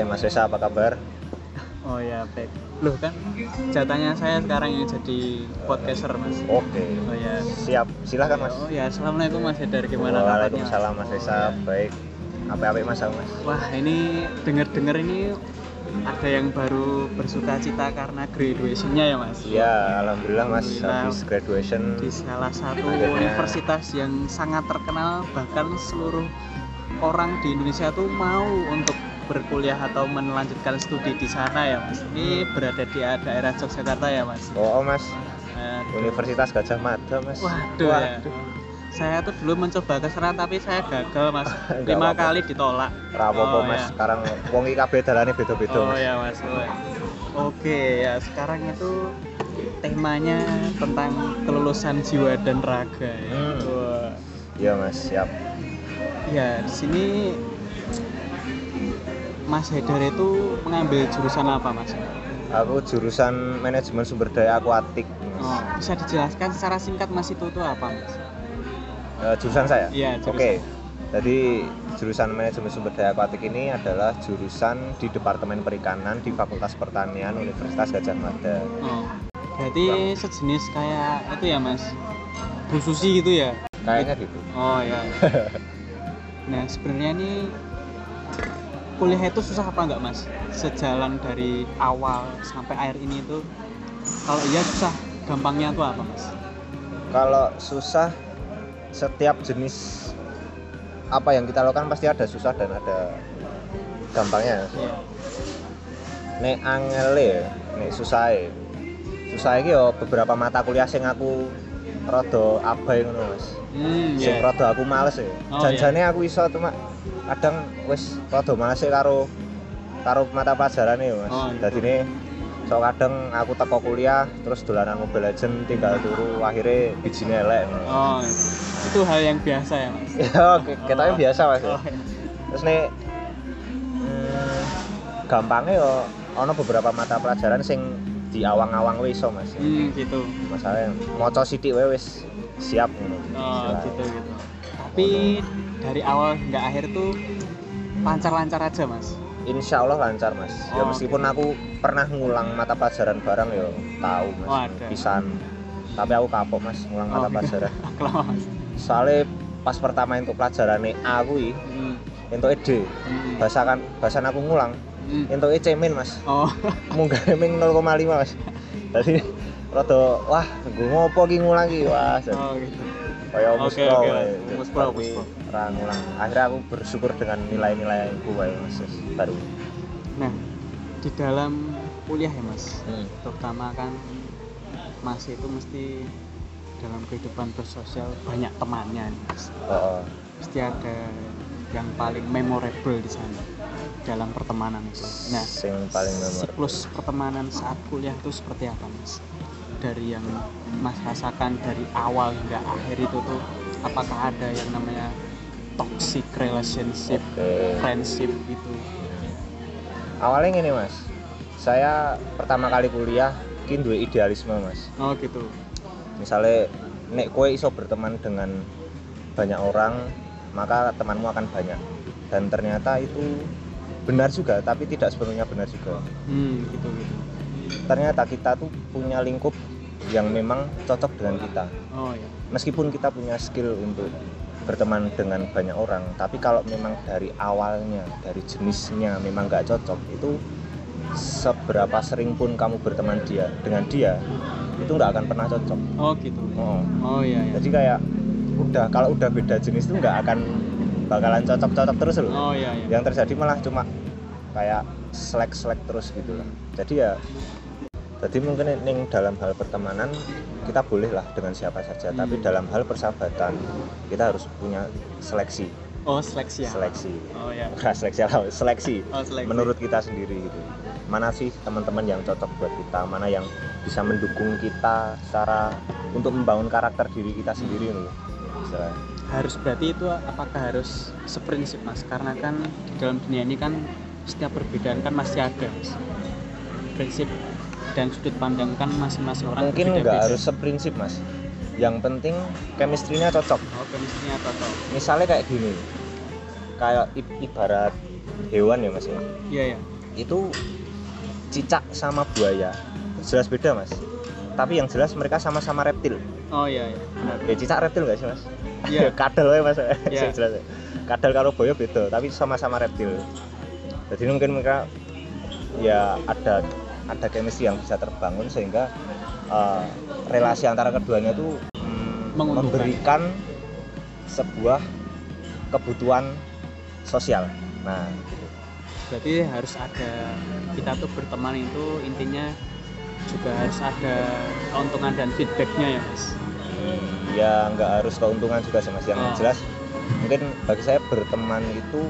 Mas Reza, apa kabar? Oh ya, baik. Loh kan jatahnya saya sekarang yang jadi podcaster, Mas. Oke. Oh ya. Siap, silahkan Mas. Oh ya, assalamualaikum Mas Haidar, gimana kabarnya? Waalaikumsalam Mas Reza, baik. Apa-apa Mas Mas? Wah, ini dengar-dengar ini ada yang baru bersuka cita karena graduation-nya ya, Mas? Iya, alhamdulillah Mas, Alhamdulillah. habis graduation Di salah satu akhirnya. universitas yang sangat terkenal, bahkan seluruh orang di Indonesia tuh mau untuk berkuliah atau melanjutkan studi di sana ya, Mas. Ini berada di daerah Yogyakarta ya, Mas. Oh Mas, Aduh. Universitas Gadjah Mada Mas. Waduh, ya. Saya tuh dulu mencoba ke sana tapi saya gagal, Mas. Nggak 5 apa-apa. kali ditolak. Rapopo Oh, Mas, ya. sekarang wong iki kabeh dalane beda-beda Oh Mas. ya, Mas. Oke, ya sekarang itu temanya tentang kelulusan jiwa dan raga ya. Wah. Iya Mas, siap. Ya, di sini Mas Haidar itu mengambil jurusan apa, Mas? Aku jurusan manajemen sumber daya akuatik Mas. Oh, bisa dijelaskan secara singkat Mas itu tuh apa, Mas? Jurusan saya? Iya, jurusan. Oke. Jadi jurusan manajemen sumber daya akuatik ini adalah jurusan di Departemen Perikanan di Fakultas Pertanian Universitas Gadjah Mada. Oh, berarti sejenis kayak itu ya, Mas? Bu Susi gitu ya? Kayaknya gitu. Oh ya. Nah, sebenarnya ini kuliah itu susah apa enggak, Mas? Sejalan dari awal sampai akhir ini itu, kalau iya susah, gampangnya tuh apa, Mas? Kalau susah, setiap jenis apa yang kita lakukan pasti ada susah dan ada gampangnya. Iya. Nek angele, nek susah. Susah iki yo beberapa mata kuliah sing aku rada abai ngono, Mas. Sing Iya. rada aku males ya. Oh, Janjane aku iso cuma kadang wis rada males karo mata pelajarane ya, Mas. Oh, gitu. Dadine so kadang aku teko kuliah terus dolanan Mobile Legends tinggal turu akhirnya bijine elek ngono. Oh, itu hal yang biasa ya, Mas? Ya, ketoknya biasa Mas. Oh, iya. Terus nih gampangnya yo ono beberapa mata pelajaran sing diawang-awang wis iso Mas. Gitu. Masalahnya maca sithik wae wis siap ngono. Oh, gitu. Tapi dari awal hingga akhir tuh lancar-lancar aja, Mas? Insya Allah lancar Mas. Ya Oh, meskipun aku pernah ngulang mata pelajaran bareng yo tahu Mas. Oh, ada. Pisan. Tapi aku kapok Mas ngulang mata gitu. pelajaran. Kalau Mas. Soalnya pas pertama untuk pelajaran A kuwi entuk D. Bahasan aku ngulang. Entuk C min Mas. Oh, Munggah min 0,5 Mas. Tadi rada wah nggo ngopo ki ngulang ki wah. oh gitu. Kaya Oke, muspro. oke. wae. Muspro. Tapi ra ngulang. Akhirnya aku bersyukur dengan nilai-nilai aku wae Mas baru. Nah, di dalam kuliah ya, Mas, Hmm. terutama kan Mas itu mesti dalam kehidupan bersosial banyak temannya nih, Mas. Heeh. Pasti ada yang paling memorable di sana dalam pertemanan itu. Nah, Sing paling memorable. siklus pertemanan saat kuliah itu seperti apa, Mas? Dari yang Mas rasakan dari awal hingga akhir itu tuh, apakah ada yang namanya toxic relationship, Oke. friendship gitu? Awalnya gini Mas. Saya pertama kali kuliah ki duwe idealisme Mas. Oh gitu. Misalnya nek kowe iso berteman dengan banyak orang, maka temanmu akan banyak. Dan ternyata itu benar juga, tapi tidak sepenuhnya benar juga. Gitu. Ternyata kita tuh punya lingkup yang memang cocok dengan kita. Oh ya. Meskipun kita punya skill untuk berteman dengan banyak orang, tapi kalau memang dari awalnya, dari jenisnya memang nggak cocok, itu seberapa sering pun kamu berteman dengan dia, itu nggak akan pernah cocok. Oh gitu. Oh iya. Jadi kayak kalau udah beda jenis itu nggak akan bakalan cocok terus loh. Oh iya. Yang terjadi malah cuma kayak selek terus gitu lah. Jadi mungkin ning dalam hal pertemanan kita boleh lah dengan siapa saja, tapi dalam hal persahabatan kita harus punya seleksi. Oh seleksi ya. Seleksi. Oh ya. Bukan seleksi apa? Seleksi. Oh seleksi. Menurut kita sendiri gitu. Mana sih teman-teman yang cocok buat kita, mana yang bisa mendukung kita secara untuk membangun karakter diri kita sendiri loh. Misalnya. Harus berarti itu apakah harus seprinsip, Mas? Karena kan di dalam dunia ini kan setiap perbedaan kan masih ada, Mas. Prinsip dan sudut pandang kan masing-masing orang Mungkin berbeda-beda. nggak harus seprinsip Mas. Yang penting chemistry-nya cocok. Oh, chemistry-nya cocok. Misalnya kayak gini, kayak ibarat hewan ya Mas ya. Iya. itu cicak sama buaya jelas beda mas, tapi yang jelas mereka sama-sama reptil. Oh iya. Ya cicak reptil nggak sih mas? Iya. Kadal ya mas. Iya. Jelas. Kadal karo buaya beda, tapi sama-sama reptil. Jadi mungkin mereka ya ada chemistry yang bisa terbangun sehingga relasi antara keduanya itu memberikan sebuah kebutuhan sosial. Nah, gitu. Berarti harus ada, kita tuh berteman itu intinya juga harus ada keuntungan dan feedbacknya ya mas. Ya nggak harus keuntungan juga sih mas, yang jelas mungkin bagi saya berteman itu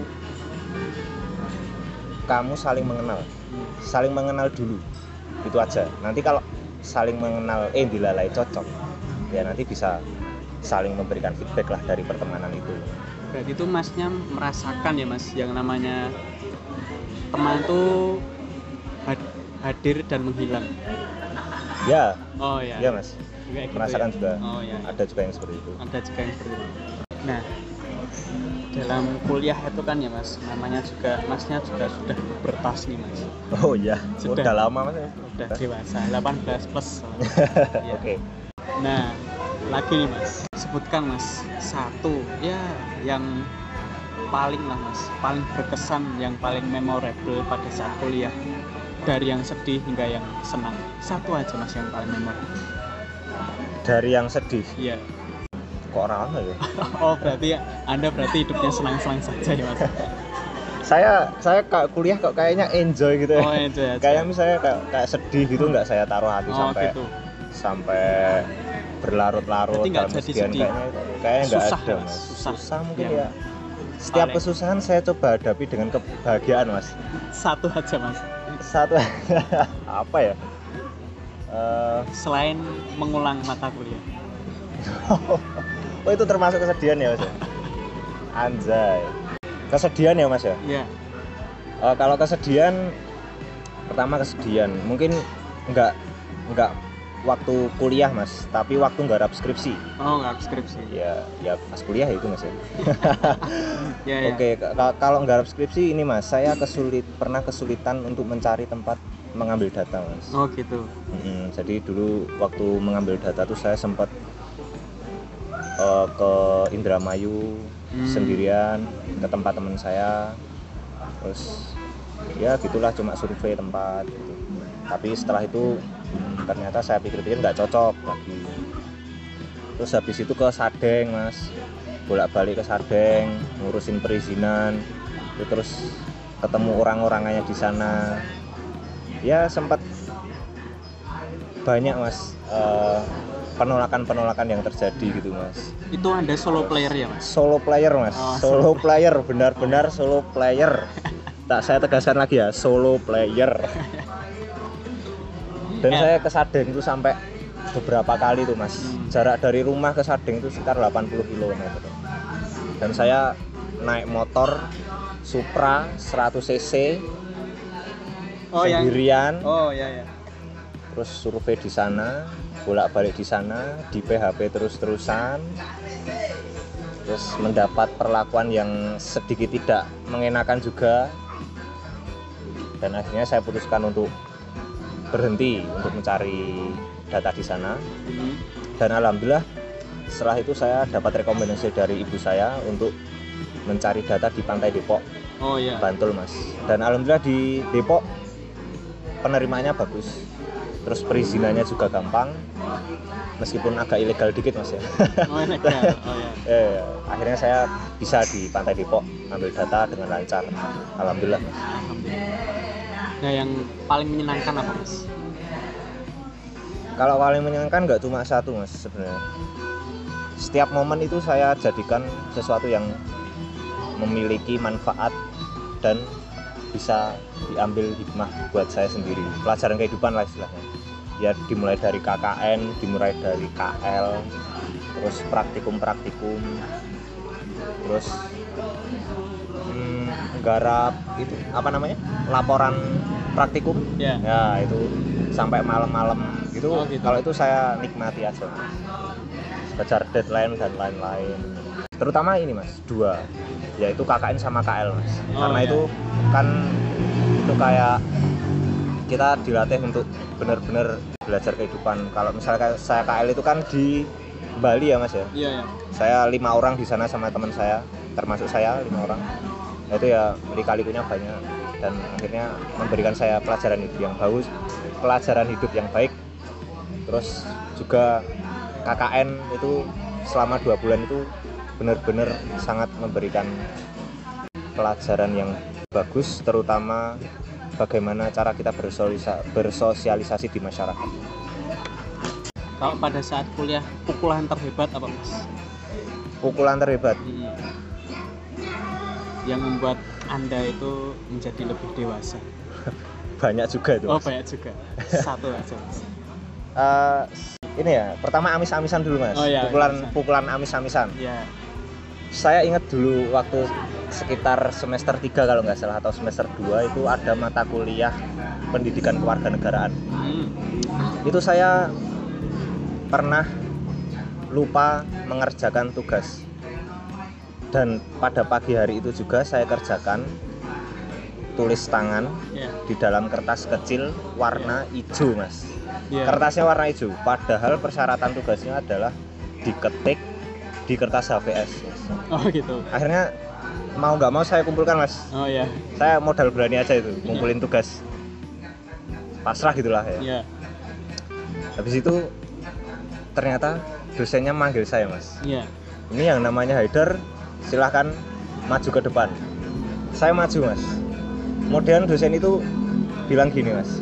kamu saling mengenal dulu, itu aja. Nanti kalau saling mengenal dilalai cocok, ya nanti bisa saling memberikan feedback lah dari pertemanan itu. Berarti itu masnya merasakan ya mas, yang namanya teman itu hadir dan menghilang. Ya. Oh ya. Ya mas. Gitu merasakan ya? juga. Oh ya. Ada juga yang seperti itu. Ada juga yang seperti itu. Nah, dalam kuliah itu kan ya mas, namanya juga masnya juga sudah bertas nih mas. Oh iya. Sudah. Udah lama mas ya. Udah dewasa, 18 plus. Ya. Oke. Nah, lagi nih mas, sebutkan mas satu ya yang paling lah mas, paling berkesan, yang paling memorable pada saat kuliah, dari yang sedih hingga yang senang. Satu aja mas yang paling memorable. Dari yang sedih. Iya. Kok rame ya? Oh berarti Anda hidupnya senang-senang saja ya mas. saya kuliah kok kayaknya enjoy gitu ya. Oh enjoy aja. Kayak misalnya kayak sedih gitu nggak saya taruh hati gitu. sampai berlarut-larut dalam kesedihan, kayaknya nggak ada mas. Susah mungkin ya. Setiap kesusahan saya coba hadapi dengan kebahagiaan mas. Satu aja mas. Apa ya? Selain mengulang mata kuliah. Oh itu termasuk kesedihan ya mas? Anjay. Kesedihan ya mas ya? Iya. Kalau kesedihan, pertama kesedihan mungkin nggak waktu kuliah mas, tapi waktu nggarap skripsi. Oh nggarap skripsi. Ya pas kuliah itu mas ya. Ya. Oke, kalau nggarap skripsi ini mas, saya pernah kesulitan untuk mencari tempat mengambil data mas. Oh gitu. Jadi dulu waktu mengambil data tuh saya sempat ke Indramayu sendirian, ke tempat teman saya, terus ya gitulah, cuma survei tempat gitu. Tapi setelah itu ternyata saya pikir-pikir nggak cocok lagi. Terus habis itu ke Sadeng mas, bolak-balik ke Sadeng ngurusin perizinan, terus ketemu orang-orangnya di sana. Ya sempat banyak mas penolakan yang terjadi gitu mas. Itu Anda solo player ya mas? Solo player mas. Solo player, benar-benar solo player. Tak saya tegaskan lagi ya, solo player. Dan saya ke Sadeng itu sampai beberapa kali tuh mas. Jarak dari rumah ke Sadeng itu sekitar 80 km. Dan saya naik motor Supra 100 cc sendirian. Oh ya. Terus survei di sana, bolak-balik di sana, di PHP terus-terusan. Terus mendapat perlakuan yang sedikit tidak mengenakan juga. Dan akhirnya saya putuskan untuk berhenti untuk mencari data di sana. Dan alhamdulillah setelah itu saya dapat rekomendasi dari ibu saya untuk mencari data di Pantai Depok. Oh iya. Bantul mas. Dan alhamdulillah di Depok penerimanya bagus. Terus perizinannya juga gampang, meskipun agak ilegal dikit mas ya. Oh ilegal. Oh ya. Akhirnya saya bisa di Pantai Depok ambil data dengan lancar. Alhamdulillah mas. Nah yang paling menyenangkan apa mas? Kalau paling menyenangkan nggak cuma satu mas sebenarnya. Setiap momen itu saya jadikan sesuatu yang memiliki manfaat dan bisa diambil hikmah buat saya sendiri, pelajaran kehidupan lah istilahnya. Ya dimulai dari KKN, dimulai dari KL, terus praktikum, terus garap itu apa namanya, laporan praktikum. Yeah. Ya itu sampai malam-malam gitu. Oh, gitu. Kalau itu saya nikmati aja, kejar deadline dan lain-lain. Terutama ini mas, dua, yaitu KKN sama KL mas. Karena itu kan itu kayak kita dilatih untuk benar-benar belajar kehidupan. Kalau misalnya saya KL itu kan di Bali ya Mas ya. Iya, iya. Saya 5 orang di sana sama teman saya, termasuk saya 5 orang. Nah, itu ya lika-likunya banyak dan akhirnya memberikan saya pelajaran hidup yang bagus, pelajaran hidup yang baik. Terus juga KKN itu selama 2 bulan itu benar-benar sangat memberikan pelajaran yang bagus, terutama bagaimana cara kita bersosialisasi di masyarakat. Kalau pada saat kuliah, pukulan terhebat apa Mas? Pukulan terhebat? Yang membuat Anda itu menjadi lebih dewasa? Banyak juga itu Mas. Oh banyak juga, satu aja Mas. Ini ya, pertama amis-amisan dulu Mas. Oh, iya, pukulan amis-amisan. Iya. Saya ingat dulu waktu sekitar semester 3 kalau nggak salah atau semester 2 itu ada mata kuliah pendidikan kewarganegaraan. Itu saya pernah lupa mengerjakan tugas. Dan pada pagi hari itu juga saya kerjakan tulis tangan di dalam kertas kecil warna hijau Mas. Kertasnya warna hijau, padahal persyaratan tugasnya adalah diketik di kertas HVS. Oh gitu. Akhirnya mau nggak mau saya kumpulkan Mas. Oh iya. Saya modal berani aja itu kumpulin tugas. Pasrah gitulah ya. Iya. Habis itu ternyata dosennya manggil saya Mas. Iya. Ini yang namanya Haidar, silahkan maju ke depan. Saya maju Mas. Kemudian dosen itu bilang gini Mas,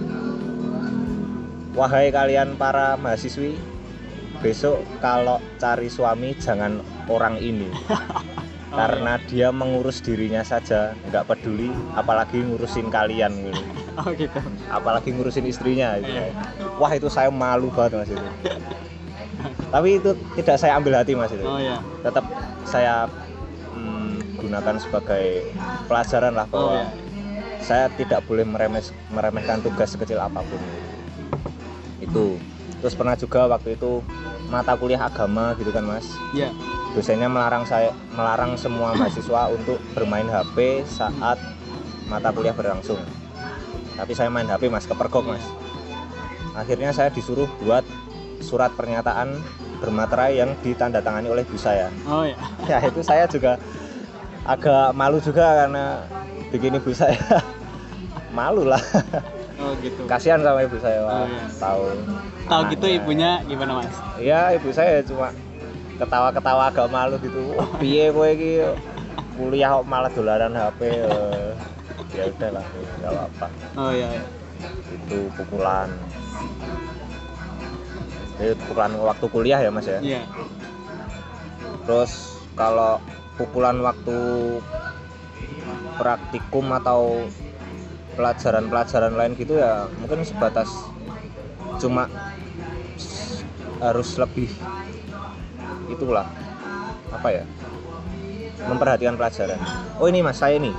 wahai kalian para mahasiswi, besok kalau cari suami jangan orang ini. Karena dia mengurus dirinya saja, nggak peduli, apalagi ngurusin kalian gitu. Oh gitu. Apalagi ngurusin istrinya gitu. Wah itu saya malu banget Mas itu. Tapi itu tidak saya ambil hati Mas itu. Oh iya. Tetap saya gunakan sebagai pelajaran lah bahwa saya tidak boleh meremehkan tugas sekecil apapun. Itu. Terus pernah juga waktu itu mata kuliah agama gitu kan Mas. Iya. Dosennya melarang semua mahasiswa untuk bermain HP saat mata kuliah berlangsung. Tapi saya main HP Mas, kepergok Mas. Akhirnya saya disuruh buat surat pernyataan bermaterai yang ditandatangani oleh ibu saya. Oh ya. Ya itu saya juga agak malu juga karena bikin ibu saya malu lah. Oh gitu. Kasihan sama ibu saya. Oh, iya. Tahu gitu ibunya gimana Mas? Iya ibu saya cuma ketawa-ketawa agak malu gitu. Oh, piye kowe iki kuliah kok malah dolaran HP. Ya udahlah, enggak apa-apa. Oh iya. Itu pukulan. Itu pukulan waktu kuliah ya Mas ya? Iya. Terus kalau pukulan waktu praktikum atau pelajaran-pelajaran lain gitu ya mungkin sebatas cuma harus lebih itulah apa ya, memperhatikan pelajaran. Oh ini Mas, saya ini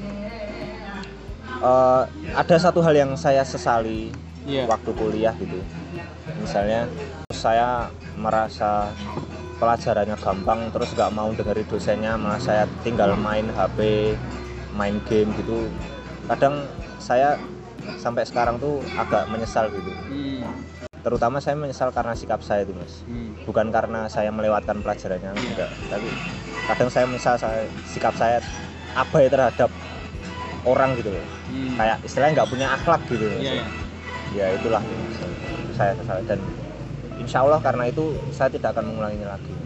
ada satu hal yang saya sesali waktu kuliah gitu. Misalnya saya merasa pelajarannya gampang terus nggak mau dengerin dosennya, malah saya tinggal main HP, main game gitu. Kadang saya sampai sekarang tuh agak menyesal gitu. Terutama saya menyesal karena sikap saya itu Mas. Bukan karena saya melewatkan pelajarannya, enggak. Tapi kadang saya menyesal sikap saya abai terhadap orang gitu loh. Kayak istilahnya nggak punya akhlak gitu loh. Ya itulah saya sesal, dan insya Allah karena itu saya tidak akan mengulanginya lagi.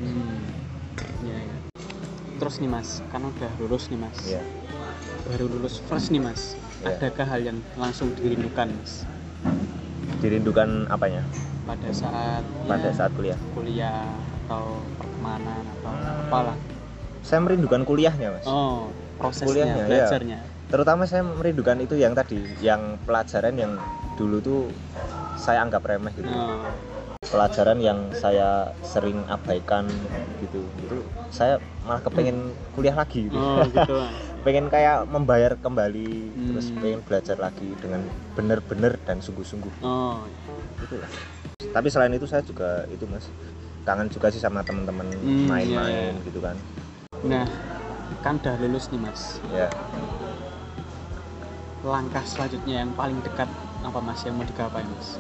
Terus nih Mas, kan udah lulus nih Mas. Baru lulus fresh nih Mas. Adakah hal yang langsung dirindukan Mas? Dirindukan apanya? Pada saat kuliah atau pertemanan atau apalah. Saya merindukan kuliahnya Mas. Oh, prosesnya, belajarnya. Terutama saya merindukan itu yang tadi, yang pelajaran yang dulu tuh saya anggap remeh gitu. Pelajaran yang saya sering abaikan gitu. Itu saya malah kepengen kuliah lagi gitu. Oh, gitu. Pengen kayak membayar kembali, terus pengen belajar lagi dengan benar-benar dan sungguh-sungguh. Oh, gitu lah. Tapi selain itu saya juga itu Mas, kangen juga sih sama teman-teman main-main gitu kan. Nah, kan udah lulus nih Mas. Ya. langkah selanjutnya yang paling dekat apa Mas yang mau digapai Mas?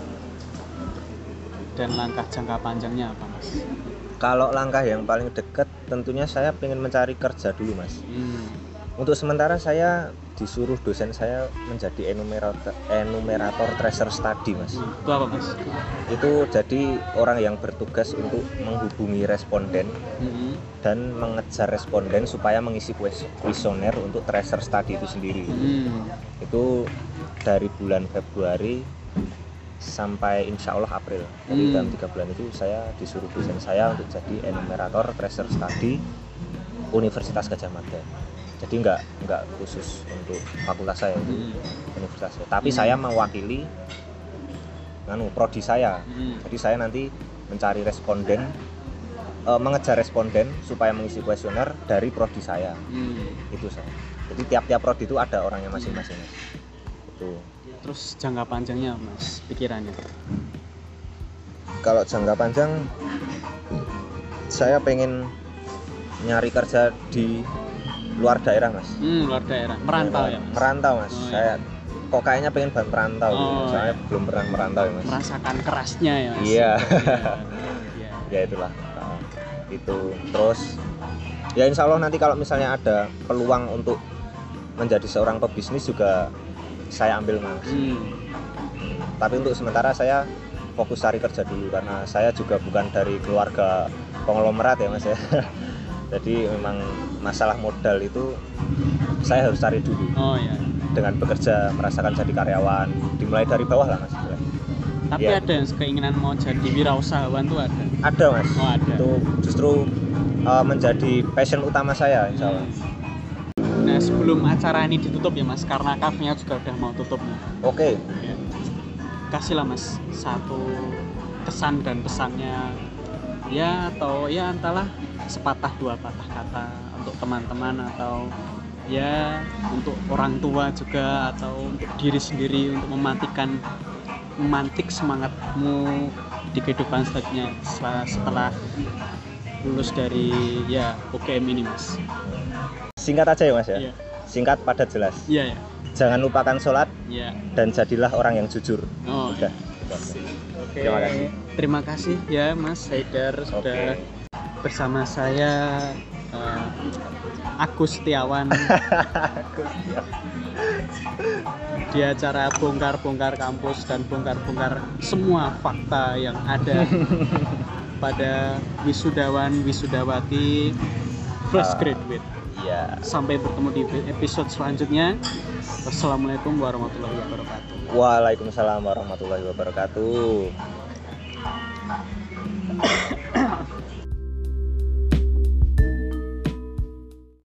Dan langkah jangka panjangnya apa Mas? Kalau langkah yang paling dekat tentunya saya pengen mencari kerja dulu Mas. Untuk sementara saya disuruh dosen saya menjadi enumerator tracer study Mas. Itu apa Mas? Itu jadi orang yang bertugas untuk menghubungi responden dan mengejar responden supaya mengisi kuesioner untuk tracer study itu sendiri. Itu dari bulan Februari sampai insya Allah April. Jadi dalam 3 bulan itu saya disuruh dosen saya untuk jadi enumerator tracer study Universitas Gadjah Mada. Jadi nggak khusus untuk fakultas saya itu universitas saya. Tapi saya mewakili prodi saya. Jadi saya nanti mencari responden, mengejar responden supaya mengisi kuesioner dari prodi saya. Itu saya. Jadi tiap-tiap prodi itu ada orangnya masing-masing. Itu. Terus jangka panjangnya Mas pikirannya? Kalau jangka panjang saya pengen nyari kerja di luar daerah Mas. Luar daerah, merantau ya Mas? Merantau Mas. Saya kok kayaknya pengen banget merantau. Saya belum pernah merantau ya Mas. Merasakan kerasnya ya Mas? Iya. Ya itulah. Itu terus ya insya Allah nanti kalau misalnya ada peluang untuk menjadi seorang pebisnis juga saya ambil Mas. Tapi untuk sementara saya fokus cari kerja dulu karena saya juga bukan dari keluarga konglomerat ya Mas ya. Jadi memang masalah modal itu saya harus cari dulu. Dengan bekerja merasakan jadi karyawan, dimulai dari bawah lah Mas. Tapi ya. Ada yang keinginan mau jadi wirausahawan tuh ada? Ada Mas. Ada. Itu justru menjadi passion utama saya insya Allah. Nah sebelum acara ini ditutup ya Mas, karena kafenya juga udah mau tutup nih. Oke. Ya. Kasihlah Mas satu kesan dan pesannya ya, atau ya entahlah sepatah dua patah kata untuk teman-teman atau ya untuk orang tua juga atau untuk diri sendiri untuk memantik semangatmu di kehidupan selanjutnya setelah lulus dari ya UGM ini Mas. Singkat aja ya Mas ya. Iya. Singkat padat jelas. Iya ya. Jangan lupakan sholat. Iya. Dan jadilah orang yang jujur. Udah. Oke. Terima kasih. Terima kasih ya Mas Haidar sudah bersama saya Agus Setiawan di acara bongkar-bongkar kampus dan bongkar-bongkar semua fakta yang ada pada wisudawan wisudawati fresh graduate. Iya. Sampai bertemu di episode selanjutnya. Wassalamualaikum warahmatullahi wabarakatuh. Waalaikumsalam warahmatullahi wabarakatuh.